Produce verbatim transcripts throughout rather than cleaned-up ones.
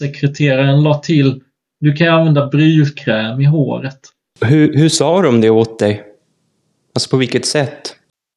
Sekreteraren la till: du kan använda brylkräm i håret. Hur, hur sa de det åt dig? Alltså på vilket sätt?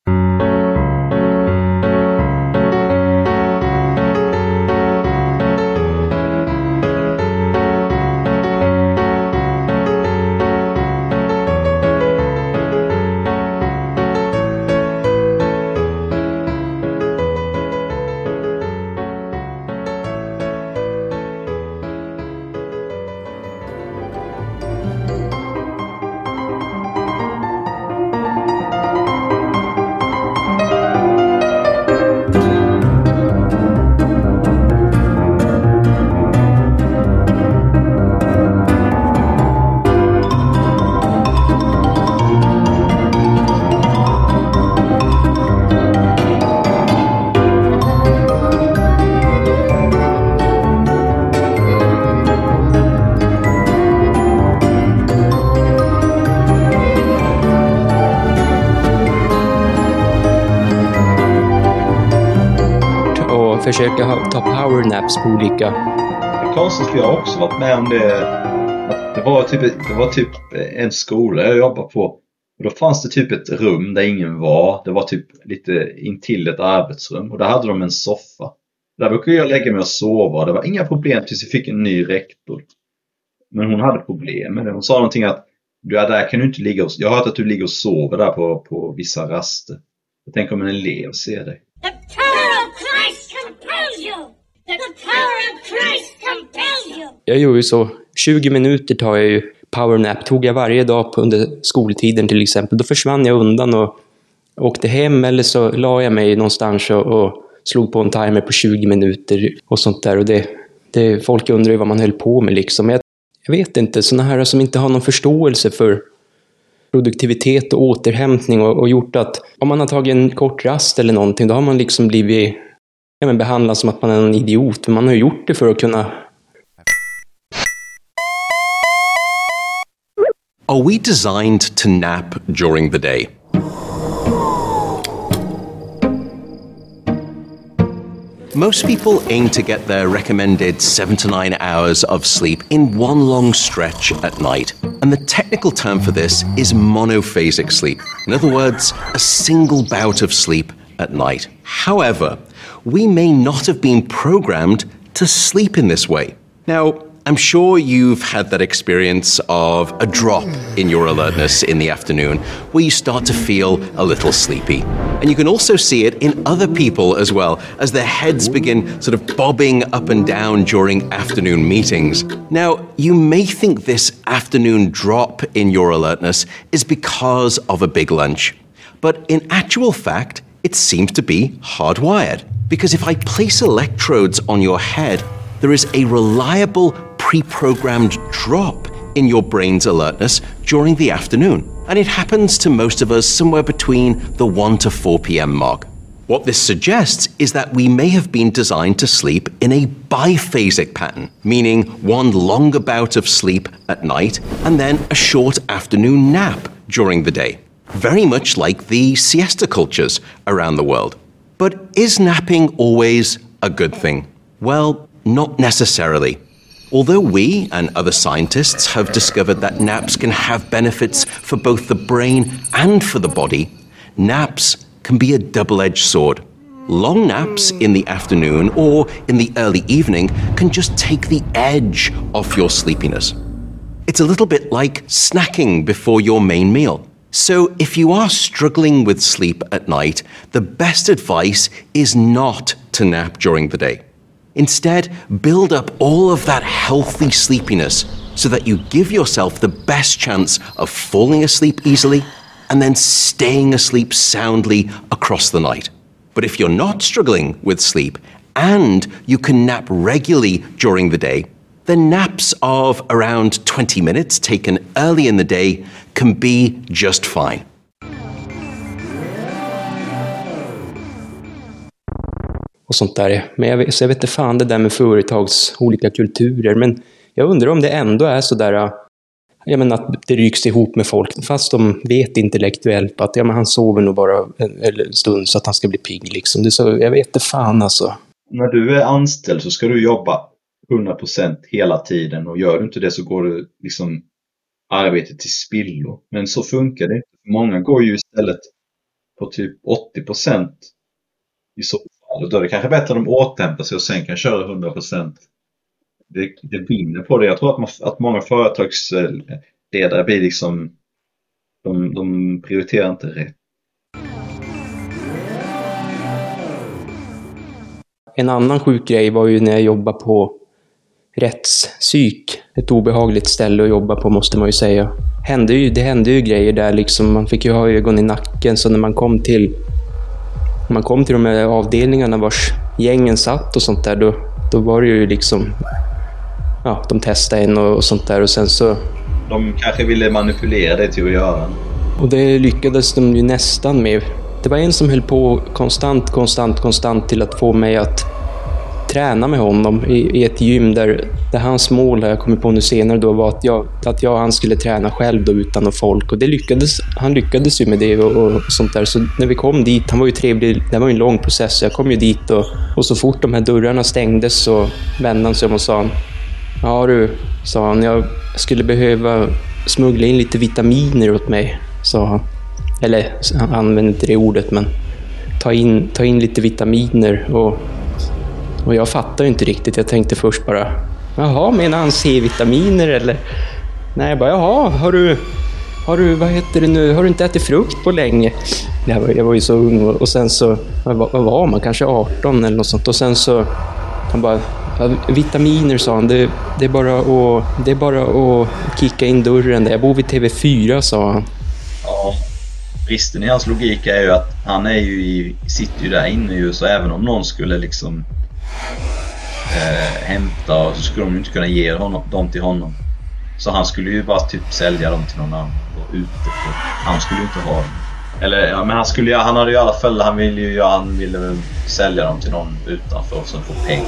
Försöka ha, ta powernaps på olika. Det är konstigt, för jag har också varit med om det. Att det, var typ, det var typ en skola jag jobbade på. Och då fanns det typ ett rum där ingen var. Det var typ lite intill ett arbetsrum. Och där hade de en soffa. Där brukade jag lägga mig och sova. Det var inga problem tills vi fick en ny rektor. Men hon hade problem med det. Hon sa någonting att du är där kan du inte ligga och, jag har hört att du ligger och sover där på, på vissa raster. Jag tänker om en elev ser dig. Jag gjorde ju så. tjugo minuter tar jag ju powernap. Tog jag varje dag på under skoltiden till exempel. Då försvann jag undan och åkte hem. Eller så la jag mig någonstans och, och slog på en timer på tjugo minuter och sånt där. Och det, det, folk undrar ju vad man höll på med liksom. Jag, jag vet inte. Såna här som inte har någon förståelse för produktivitet och återhämtning. Och, och gjort att om man har tagit en kort rast eller någonting. Då har man liksom blivit ja, men behandlad som att man är en idiot. Men man har gjort det för att kunna... Are we designed to nap during the day? Most people aim to get their recommended seven to nine hours of sleep in one long stretch at night. And the technical term for this is monophasic sleep. In other words, a single bout of sleep at night. However, we may not have been programmed to sleep in this way. Now, I'm sure you've had that experience of a drop in your alertness in the afternoon where you start to feel a little sleepy. And you can also see it in other people as well, as their heads begin sort of bobbing up and down during afternoon meetings. Now, you may think this afternoon drop in your alertness is because of a big lunch. But in actual fact, it seems to be hardwired. Because if I place electrodes on your head, there is a reliable pre-programmed drop in your brain's alertness during the afternoon. And it happens to most of us somewhere between the one to four p.m. mark. What this suggests is that we may have been designed to sleep in a biphasic pattern, meaning one longer bout of sleep at night and then a short afternoon nap during the day. Very much like the siesta cultures around the world. But is napping always a good thing? Well, not necessarily. Although we and other scientists have discovered that naps can have benefits for both the brain and for the body, naps can be a double-edged sword. Long naps in the afternoon or in the early evening can just take the edge off your sleepiness. It's a little bit like snacking before your main meal. So if you are struggling with sleep at night, the best advice is not to nap during the day. Instead, build up all of that healthy sleepiness so that you give yourself the best chance of falling asleep easily and then staying asleep soundly across the night. But if you're not struggling with sleep and you can nap regularly during the day, then naps of around twenty minutes taken early in the day can be just fine. Och sånt där. Men jag vet, så jag vet inte fan det där med företags olika kulturer. Men jag undrar om det ändå är så där, jag menar att det ryks ihop med folk. Fast de vet intellektuellt att ja, men han sover nog bara en, en stund så att han ska bli pigg liksom. Det så, jag vet inte fan alltså. När du är anställd så ska du jobba hundra procent hela tiden, och gör du inte det så går du liksom arbetet till spillo. Men så funkar det. Många går ju istället på typ åttio procent i så fall. Och då är det kanske bättre att de återhämtar sig och sen kan köra hundra procent. Det, det vinner på det. Jag tror att, man, att många företagsledare blir liksom, de, de prioriterar inte rätt. En annan sjuk grej var ju när jag jobbade på rättspsyk. Ett obehagligt ställe att jobba på, måste man ju säga. Hände ju, det hände ju grejer där liksom. Man fick ju ha ögon i nacken, så när man kom till man kom till de här avdelningarna vars gängen satt och sånt där, då, då var det ju liksom, ja, de testade en och, och sånt där, och sen så... De kanske ville manipulera det till att göra. Och det lyckades de ju nästan med. Det var en som höll på konstant, konstant, konstant till att få mig att träna med honom i, i ett gym där, där hans mål, jag kommer på nu senare då, var att jag, att jag och han skulle träna själv då utan någon folk. Och det lyckades, han lyckades ju med det och, och sånt där. Så när vi kom dit, han var ju trevlig, det var ju en lång process. Jag kom ju dit och, och så fort de här dörrarna stängdes så vände han sig om och sa: ja du, sa han, jag skulle behöva smuggla in lite vitaminer åt mig, sa han. Eller han använde inte det ordet, men ta in, ta in lite vitaminer. Och, och jag fattar inte riktigt. Jag tänkte först bara, jaha, menar han C-vitaminer eller? Nej, jag bara, jaha, har du, har du, vad heter det nu, har du inte ätit frukt på länge? Jag var, jag var ju så ung, och sen så, vad, vad var man, kanske arton eller något sånt. Och sen så, han bara, vitaminer, sa han, det, det, är bara att, det är bara att kicka in dörren där. Jag bor vid T V fyra, sa han. Ja, bristen i hans logik är ju att han är ju i, sitter ju där inne ju, så även om någon skulle liksom eh, hämta, så skulle de ju inte kunna ge honom, dem till honom. Så han skulle ju bara typ sälja dem till någon annan och ute på. Han skulle ju inte ha dem. Eller ja, men han skulle ju, han hade ju i alla fall, han ville ju, han ville väl sälja dem till någon utanför och sen få pengar.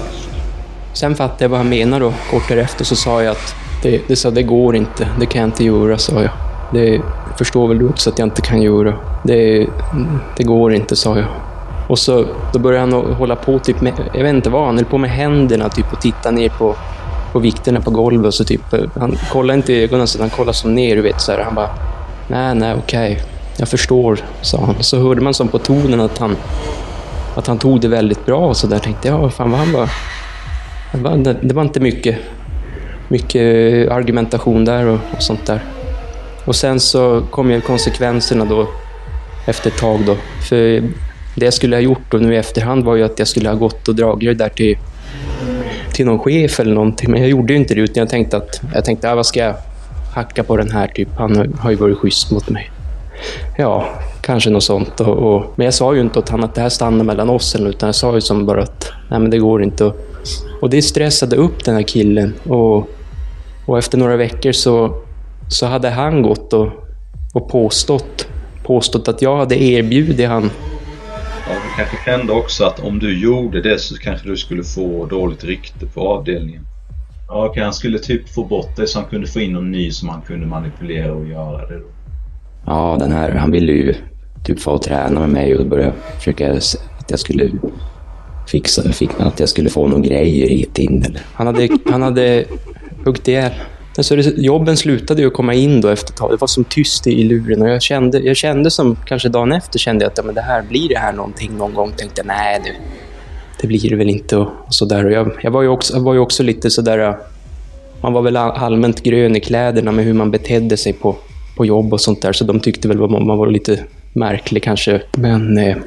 Sen fattade jag vad han menar då. Kort därefter så sa jag att det, det, sa, det går inte, det kan jag inte göra, sa jag. Det förstår väl du också att jag inte kan göra. Det, det går inte, sa jag. Och så då började han hålla på typ med, jag vet inte vad, han höll på med händerna typ och titta ner på, på vikterna på golvet. Och så typ, han kollade inte i ögonen, så han kollade som ner, du vet, så här. Han bara, nej, nej, okej, okay. Jag förstår, sa han. Så hörde man som på tonen att han, att han tog det väldigt bra, och så där tänkte jag, ja, fan vad han var. Det var, det, det var inte mycket, mycket argumentation där och, och sånt där. Och sen så kom ju konsekvenserna då efter ett tag då. För det jag skulle ha gjort då nu i efterhand var ju att jag skulle ha gått och dragit det där till, till någon chef eller någonting. Men jag gjorde ju inte det, utan jag tänkte att jag tänkte, ah, vad ska jag hacka på den här typ? Han har ju varit schysst mot mig. Ja, kanske något sånt. Och, och, men jag sa ju inte åt han att det här stannar mellan oss, eller, utan jag sa ju som bara att nej, men det går inte. Och, och det stressade upp den här killen. Och, och efter några veckor så så hade han gått och, och påstått, påstått att jag hade erbjudit han. Ja, du kanske kände också att om du gjorde det så kanske du skulle få dåligt rykte på avdelningen. Ja, okay, han skulle typ få bort det så han kunde få in någon ny som han kunde manipulera och göra det då. Ja, den här, han ville ju typ få träna med mig och börja försöka att jag skulle fixa, fixa att jag skulle få någon grejer hit in. Eller. Han hade, han hade huggt ihjäl. Så det, jobben slutade ju att komma in då efter ett tag. Det var som tyst i luren, och jag kände, jag kände som kanske dagen efter kände jag att ja, men det här blir det här någonting någon gång. Tänkte jag, nej det, det blir det väl inte, och, och sådär. Och jag, jag, var ju också, jag var ju också lite sådär, man var väl allmänt grön i kläderna med hur man betedde sig på, på jobb och sånt där. Så de tyckte väl att man, man var lite märklig kanske. Men, eh...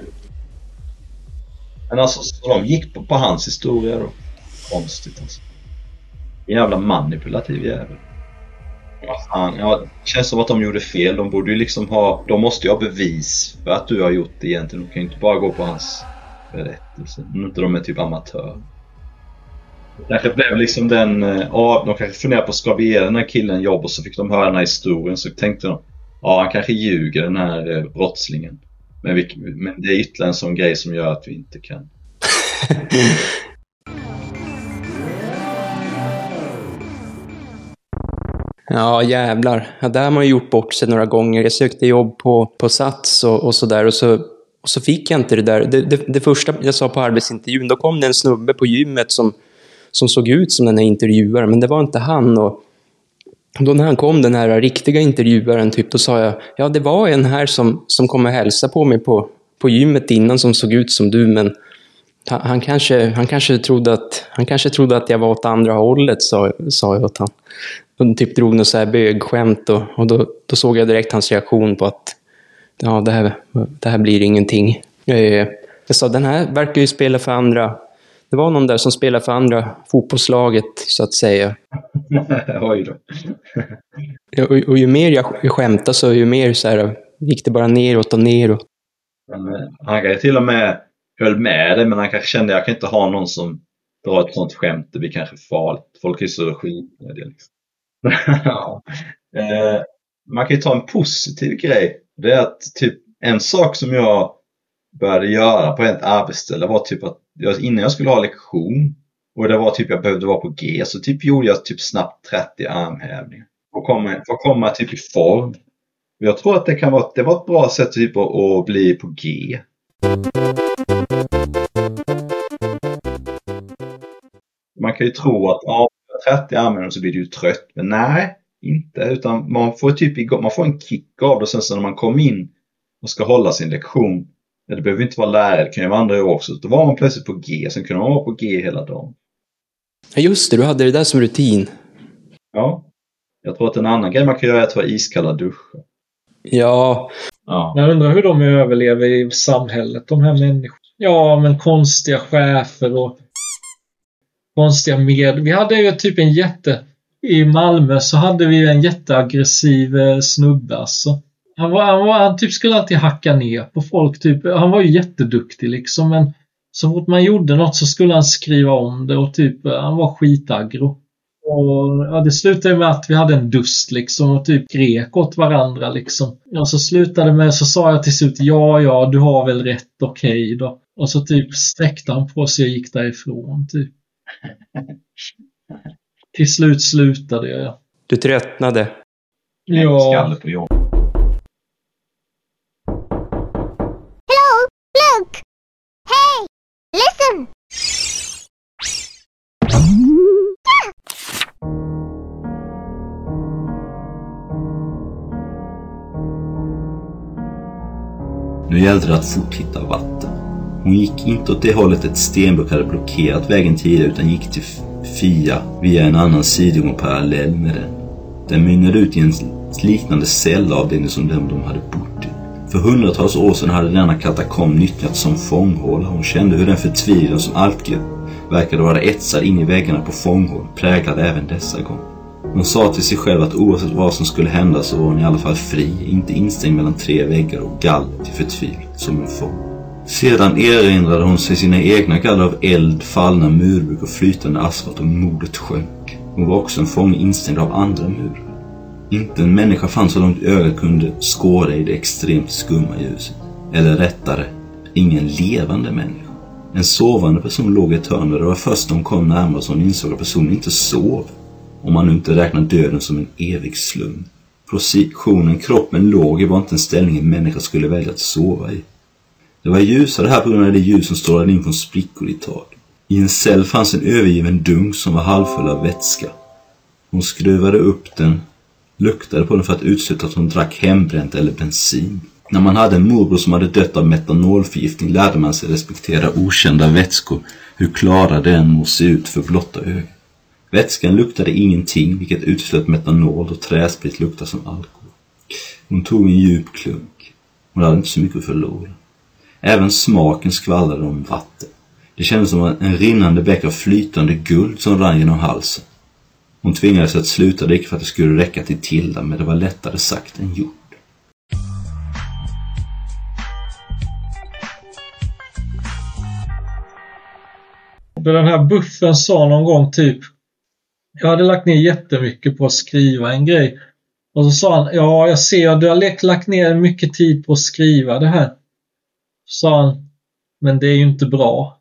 men alltså, så de gick på, på hans historia då. Konstigt alltså. En jävla manipulativ jävel. Ja, ja, det känns som att de gjorde fel. De borde ju liksom ha, de måste ju ha bevis för att du har gjort det egentligen. De kan ju inte bara gå på hans berättelse. Om inte de är typ amatör. Det kanske blev liksom den, ja, de kanske funderar på, ska vi ge den här killen jobb, och så fick de höra den här historien, så tänkte de, ja, han kanske ljuger, den här brottslingen. Men, vi, men det är ytterligare en sån grej som gör att vi inte kan. Ja, jävlar. Ja, där har man ju gjort bort sig några gånger. Jag sökte jobb på, på Sats och, och sådär. Och så, och så fick jag inte det där. Det, det, det första jag sa på arbetsintervjun, då kom det en snubbe på gymmet som, som såg ut som den här intervjuaren, men det var inte han. Och då när han kom, den här riktiga intervjuaren, typ, då sa jag, ja, det var en här som, som kom och hälsa på mig på, på gymmet innan som såg ut som du, men han, han, kanske, han, kanske trodde att, han kanske trodde att jag var åt andra hållet, sa, sa jag åt han. Och typ drog något så här bögskämt, och, och då, då såg jag direkt hans reaktion på att ja, det här, det här blir ingenting. Jag sa, den här verkar ju spela för andra. Det var någon där som spelade för andra fotbollslaget, så att säga. Oj då. och, och ju mer jag skämtade, så ju mer så här, gick det bara neråt och neråt. Men, han kan ju till och med höll med det, men han kanske kände att jag kan inte ha någon som drar ett sånt skämt. Det blir kanske farligt. Folk är så skit med det liksom. ja. eh, man kan ju ta en positiv grej. Det är att typ en sak som jag började göra på ett arbetsställe var typ att jag, innan jag skulle ha lektion och det var typ jag behövde vara på G, så typ gjorde jag typ snabbt trettio armhävningar och komma, för att komma typ i form. Jag tror att det kan vara, det var ett bra sätt typ att, att bli på G. Man kan ju tro att ja, trettio armhävningar så blir du ju trött, men nej, inte, utan man får typ man får en kick av det. Sen så när man kommer in och ska hålla sin lektion, det behöver inte vara lärare, det kan ju vara andra år också. Då var man plötsligt på G, sen kunde man vara på G hela dagen. Ja, just det, du hade det där som rutin. Ja, jag tror att en annan grej man kan göra är att vara iskalla duschar. Ja. ja. Jag undrar hur de överlever i samhället, de här människorna. Ja, men konstiga chefer och konstiga med. Vi hade ju typ en jätte... I Malmö så hade vi en jätteaggressiv snubbe, alltså. Han, var, han, var, han typ skulle alltid hacka ner på folk. Typ. Han var ju jätteduktig liksom, men så fort man gjorde något så skulle han skriva om det och typ, han var skitaggro. Och ja, det slutade med att vi hade en dust liksom och typ grek åt varandra liksom. Och så slutade med, så sa jag till slut, ja, ja, du har väl rätt, okej okay då. Och så typ sträckte han på sig och gick därifrån typ. Till slut slutade jag. Du tröttnade. Ja. Hello, look. Hey, listen. Nu gällde det att fort hitta vatten. Hon gick inte åt det hållet ett stenblock hade blockerat vägen tidigare, utan gick till Fia via en annan sidogång parallell med den. Den mynnade ut i en liknande cellavdelning som den de hade bott i. För hundratals år sedan hade denna katakomb nyttjats som fånghåla. Hon kände hur den förtvivlan som alltid verkade vara etsad in i väggarna på fånghål präglade även dessa gånger. Hon sa till sig själv att oavsett vad som skulle hända så var hon i alla fall fri, inte instängd mellan tre väggar och galler till förtvivlat som en fång. Sedan erinrade hon sig sina egna galler av eld, fallna murbruk och flytande asfalt och modet sjönk. Hon var också en fånge instängd av andra murar. Inte en människa fanns så långt ögat kunde skåda i det extremt skumma ljuset. Eller rättare, ingen levande människa. En sovande person låg i ett hörn och det var först när hon kom närmare som hon insåg att personen inte sov. Om man nu inte räknar döden som en evig slum. Positionen kroppen låg i var inte en ställning en människa skulle välja att sova i. Det var ljusare här på grund av det ljus som strålade in från sprickor i tak. I en cell fanns en övergiven dunk som var halvfull av vätska. Hon skruvade upp den, luktade på den för att utsätta att hon drack hembränt eller bensin. När man hade en morbror som hade dött av metanolförgiftning lärde man sig respektera okända vätskor, hur klara den må se ut för blotta ögon. Vätskan luktade ingenting, vilket utslöt metanol och träsprit luktade som alkohol. Hon tog en djup klunk. Hon hade inte så mycket att förlora. Även smaken skvallrade om vatten. Det kändes som en rinnande bäck av flytande guld som rann genom halsen. Hon tvingades att sluta dricka för att det skulle räcka till Tilda, men det var lättare sagt än gjort. Den här buffen sa någon gång typ, jag hade lagt ner jättemycket på att skriva en grej. Och så sa han, ja jag ser att du har lagt ner mycket tid på att skriva det här. Så sa han, men det är ju inte bra.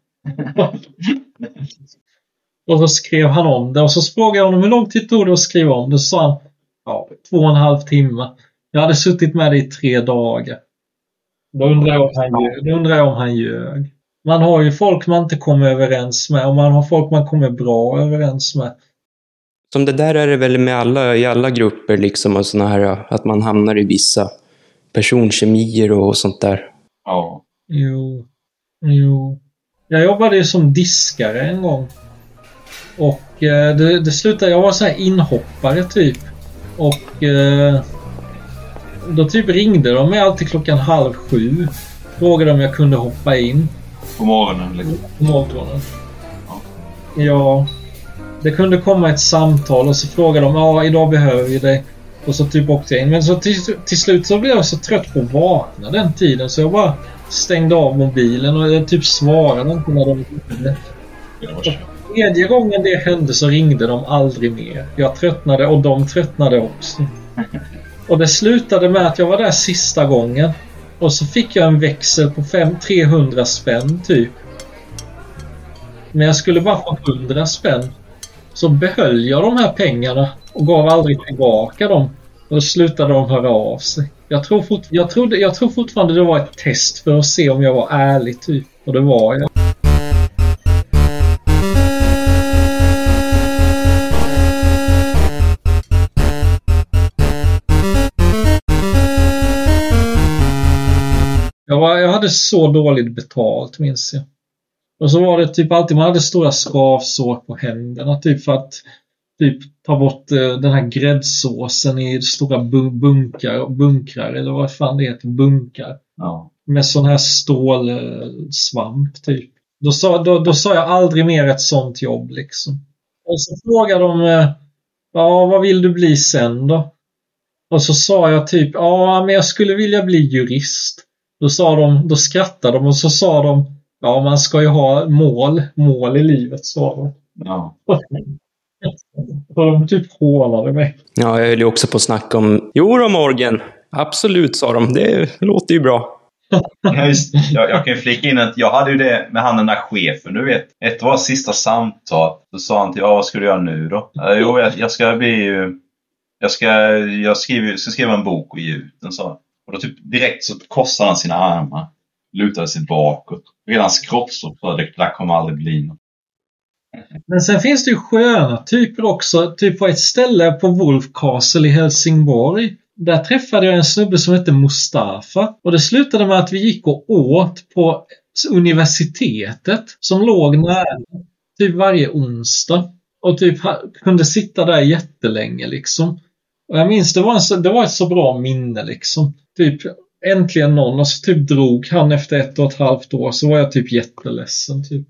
Och så skrev han om det. Och så frågade jag honom hur lång tid tog det att skriva om det. Så sa han, ja, två och en halv timme. Jag hade suttit med det i tre dagar. Då undrar jag om han ljög. Då undrar jag om han ljög. Man har ju folk man inte kommer överens med och man har folk man kommer bra överens med. Som det där är det väl med alla, i alla grupper liksom, och såna här, att man hamnar i vissa personkemier och sånt där. Ja. Jo, jo. Jag jobbade ju som diskare en gång. Och eh, det, det slutade, jag var så här inhoppare typ. Och eh, då typ ringde de mig alltid klockan halv sju. Frågade om jag kunde hoppa in. På morgonen liksom. På morgonen. Ja. Ja. Det kunde komma ett samtal och så frågade de, ja idag behöver vi dig. Och så typ åkte jag in. Men så till, till slut så blev jag så trött på att vakna den tiden. Så jag bara stängde av mobilen och jag typ svarade inte när de ringde. Tredje gången det hände så ringde de aldrig mer. Jag tröttnade och de tröttnade också. Och det slutade med att jag var där sista gången. Och så fick jag en växel på fem, trehundra spänn typ. Men jag skulle bara få hundra spänn. Så behöll jag de här pengarna och gav aldrig tillbaka dem. Och då slutade de höra av sig. Jag tror, fort, jag, trodde, jag tror fortfarande det var ett test för att se om jag var ärlig typ. Och det var jag. Jag, var, jag hade så dåligt betalt, minns jag. Och så var det typ alltid, man hade stora skavsår på händerna typ för att typ ta bort uh, den här gräddsåsen i stora bu- bunkar, bunkrar eller vad fan det heter, bunkar. Ja. Med sån här stålsvamp typ. Då sa, då, då sa jag aldrig mer ett sånt jobb liksom. Och så frågade de, uh, ja vad vill du bli sen då? Och så sa jag typ, ja men jag skulle vilja bli jurist. Då sa de, då skrattade de och så sa de, ja man ska ju ha mål, mål i livet, sa de. Ja. Så de typ hånade mig. Ja, jag höll ju också på att snacka om, jo då Morgan, absolut sa de, det låter ju bra. Ja, just, jag, jag kan ju flika in att jag hade ju det med han den där chefen, du vet. Ett var sista samtal, så sa han till, ja vad ska du göra nu då? Jo, jag, jag ska bli, jag ska, jag skriver, ska skriva en bok och ge ut den, sa han. Och då typ direkt så korsade han sina armar. Lutade sig bakåt. Redan skrottstort för det där kommer aldrig bli något. Men sen finns det ju sköna typer också. Typ på ett ställe på Wolf Castle i Helsingborg. Där träffade jag en snubbe som hette Mustafa. Och det slutade med att vi gick och åt på universitetet. Som låg nära. Typ varje onsdag. Och typ kunde sitta där jättelänge liksom. Och jag minns det var, en så, det var ett så bra minne liksom. Typ äntligen någon och så typ drog han efter ett och ett halvt år, så var jag typ jätteledsen typ.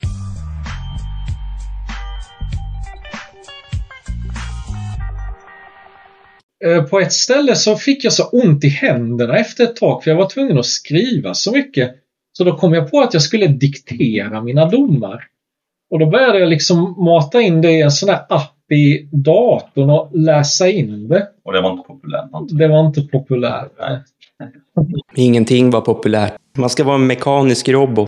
På ett ställe så fick jag så ont i händerna efter ett tag för jag var tvungen att skriva så mycket. Så då kom jag på att jag skulle diktera mina domar. Och då började jag liksom mata in det i en sån här app i datorn och läsa in det. Och det var inte populärt. Det var inte populärt. Nej. Ingenting var populärt. Man ska vara en mekanisk robot.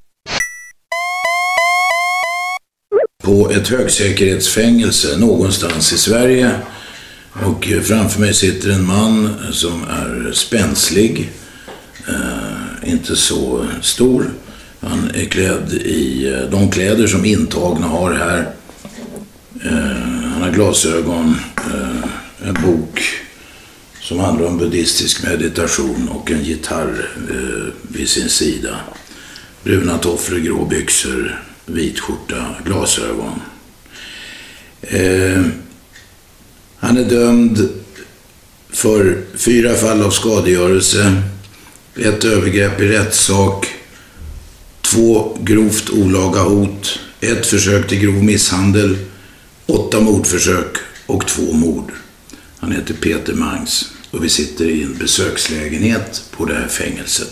På ett högsäkerhetsfängelse någonstans i Sverige. Och framför mig sitter en man som är spänslig. Eh, inte så stor. Han är klädd i de kläder som intagna har här. Eh, han har glasögon, eh, en bok som handlar om buddhistisk meditation och en gitarr eh, vid sin sida. Bruna tofflor, grå byxor, vit skjorta, glasögon. Eh, han är dömd för fyra fall av skadegörelse, ett övergrepp i rättssak, två grovt olaga hot, ett försök till grov misshandel, åtta mordförsök och två mord. Han heter Peter Mangs och vi sitter i en besökslägenhet på det här fängelset.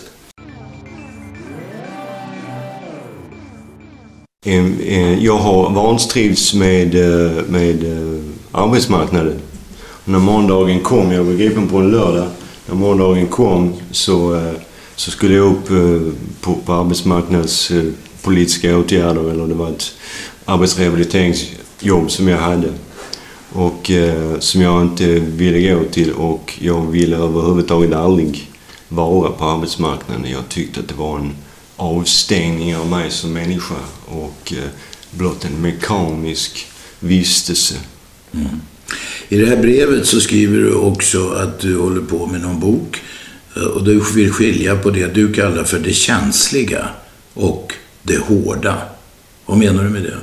Jag har vantrivs med, med arbetsmarknaden. När måndagen kom, jag var gripen på en lördag, när måndagen kom så, så skulle jag upp på, på arbetsmarknadspolitiska åtgärder, eller det var ett arbetsrehabiliteringsjobb som jag hade och eh, som jag inte ville gå till, och jag ville överhuvudtaget aldrig vara på arbetsmarknaden. Jag tyckte att det var en avstängning av mig som människa och eh, blott en mekanisk vistelse. Mm. I det här brevet så skriver du också att du håller på med någon bok och du vill skilja på det du kallar för det känsliga och det hårda. Vad menar du med det?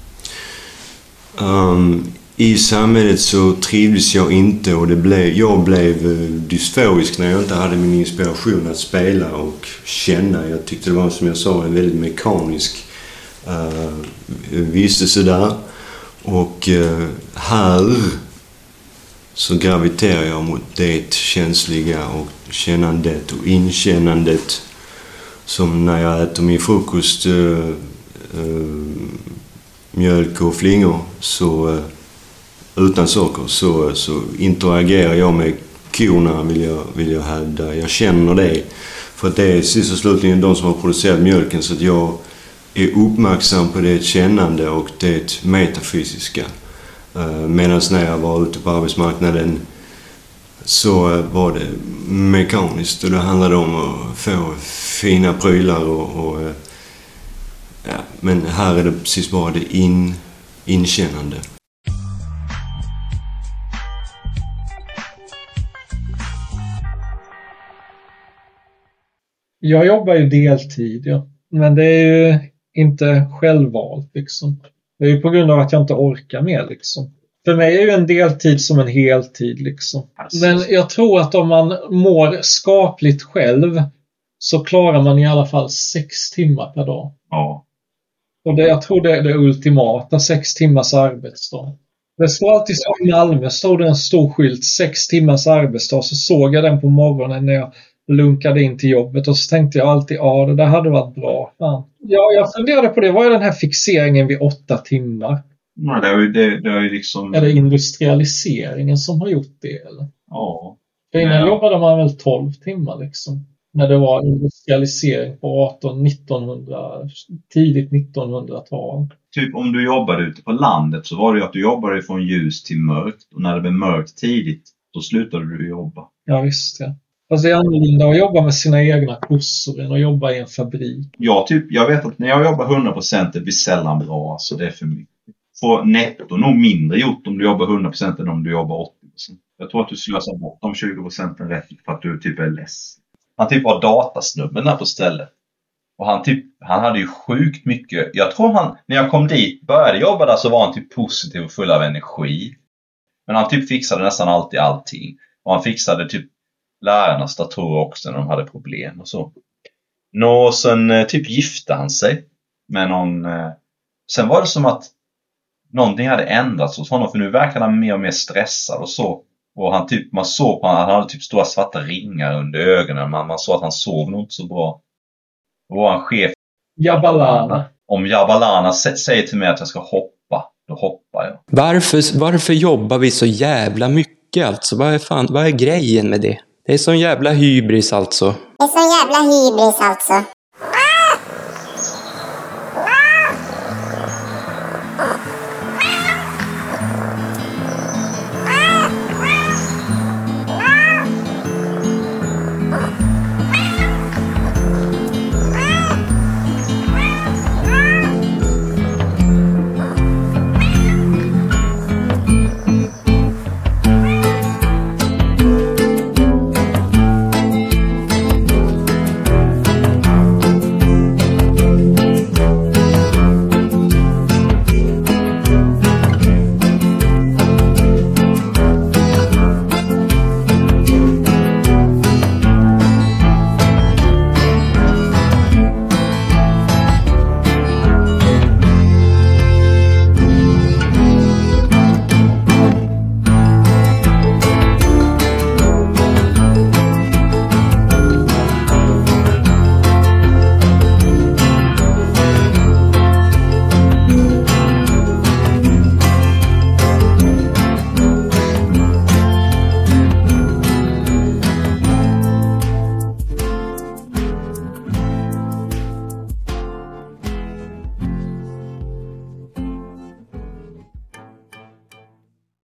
Um, I samhället så trivdes jag inte och det blev, jag blev uh, dysforisk när jag inte hade min inspiration att spela och känna. Jag tyckte det var, som jag sa, en väldigt mekanisk uh, vistelse där. Och uh, här så graviterar jag mot det känsliga och kännandet och inkännandet, som när jag äter min frukost, uh, uh, mjölk och flingor, så uh, utan socker, så, så interagerar jag med korna, vill jag, vill jag hävda. Jag känner det, för att det är sist och slutligen de som har producerat mjölken, så att jag är uppmärksam på det kännande och det metafysiska. Medan när jag var ute på arbetsmarknaden så var det mekaniskt och det handlade om att få fina prylar och, och ja, men här är det precis bara det in, inkännande. Jag jobbar ju deltid, ja. Men det är ju inte självvalt liksom. Det är ju på grund av att jag inte orkar mer liksom. För mig är ju en deltid som en heltid liksom. Men jag tror att om man mår skapligt själv så klarar man i alla fall sex timmar per dag. Ja. Och det, jag tror det är det ultimata, sex timmars arbetsdag. Det står alltid så i Malmö, stod det en stor skylt, sex timmars arbetsdag, så såg jag den på morgonen när jag lunkade in till jobbet och så tänkte jag alltid, ja det där hade varit bra. Ja, ja jag funderade på det, vad är den här fixeringen vid åtta timmar? Nej, det är ju, det, det är ju liksom... Är det industrialiseringen som har gjort det eller? Ja. För innan ja. jobbade man väl tolv timmar liksom. När det var industrialisering på arton nittonhundra, tidigt nittonhundratal. Typ om du jobbade ute på landet så var det ju att du jobbade från ljus till mörkt. Och när det blev mörkt tidigt så slutade du jobba. Ja visst, ja. Fast det är annorlunda att jobba med sina egna kossor än att jobba i en fabrik. Ja, typ, jag vet att när jag jobbar hundra procent det blir sällan bra, så det är för mycket. Får netto nog mindre gjort om du jobbar hundra procent än om du jobbar åttio procent. Jag tror att du slösar bort de tjugo procenten rätt för att du typ är less. Han typ var datasnubben där på stället. Och han typ, han hade ju sjukt mycket. Jag tror han, när jag kom dit, började jobba där, så var han typ positiv och full av energi. Men han typ fixade nästan alltid allting. Och han fixade typ lärarnas datorer också när de hade problem och så. Nå, sen typ gifte han sig med någon. Sen var det som att någonting hade ändrats hos honom, för nu verkade han mer och mer stressad och så. Och han typ, man såg på honom, han hade typ stora svarta ringar under ögonen. Man, man såg att han sov nog inte så bra. Och var en chef. Jabalana. Om Jabalana säger till mig att jag ska hoppa, då hoppar jag. Varför, varför jobbar vi så jävla mycket alltså? Vad är, fan, vad är grejen med det? Det är sån jävla hybris alltså. Det är sån jävla hybris alltså.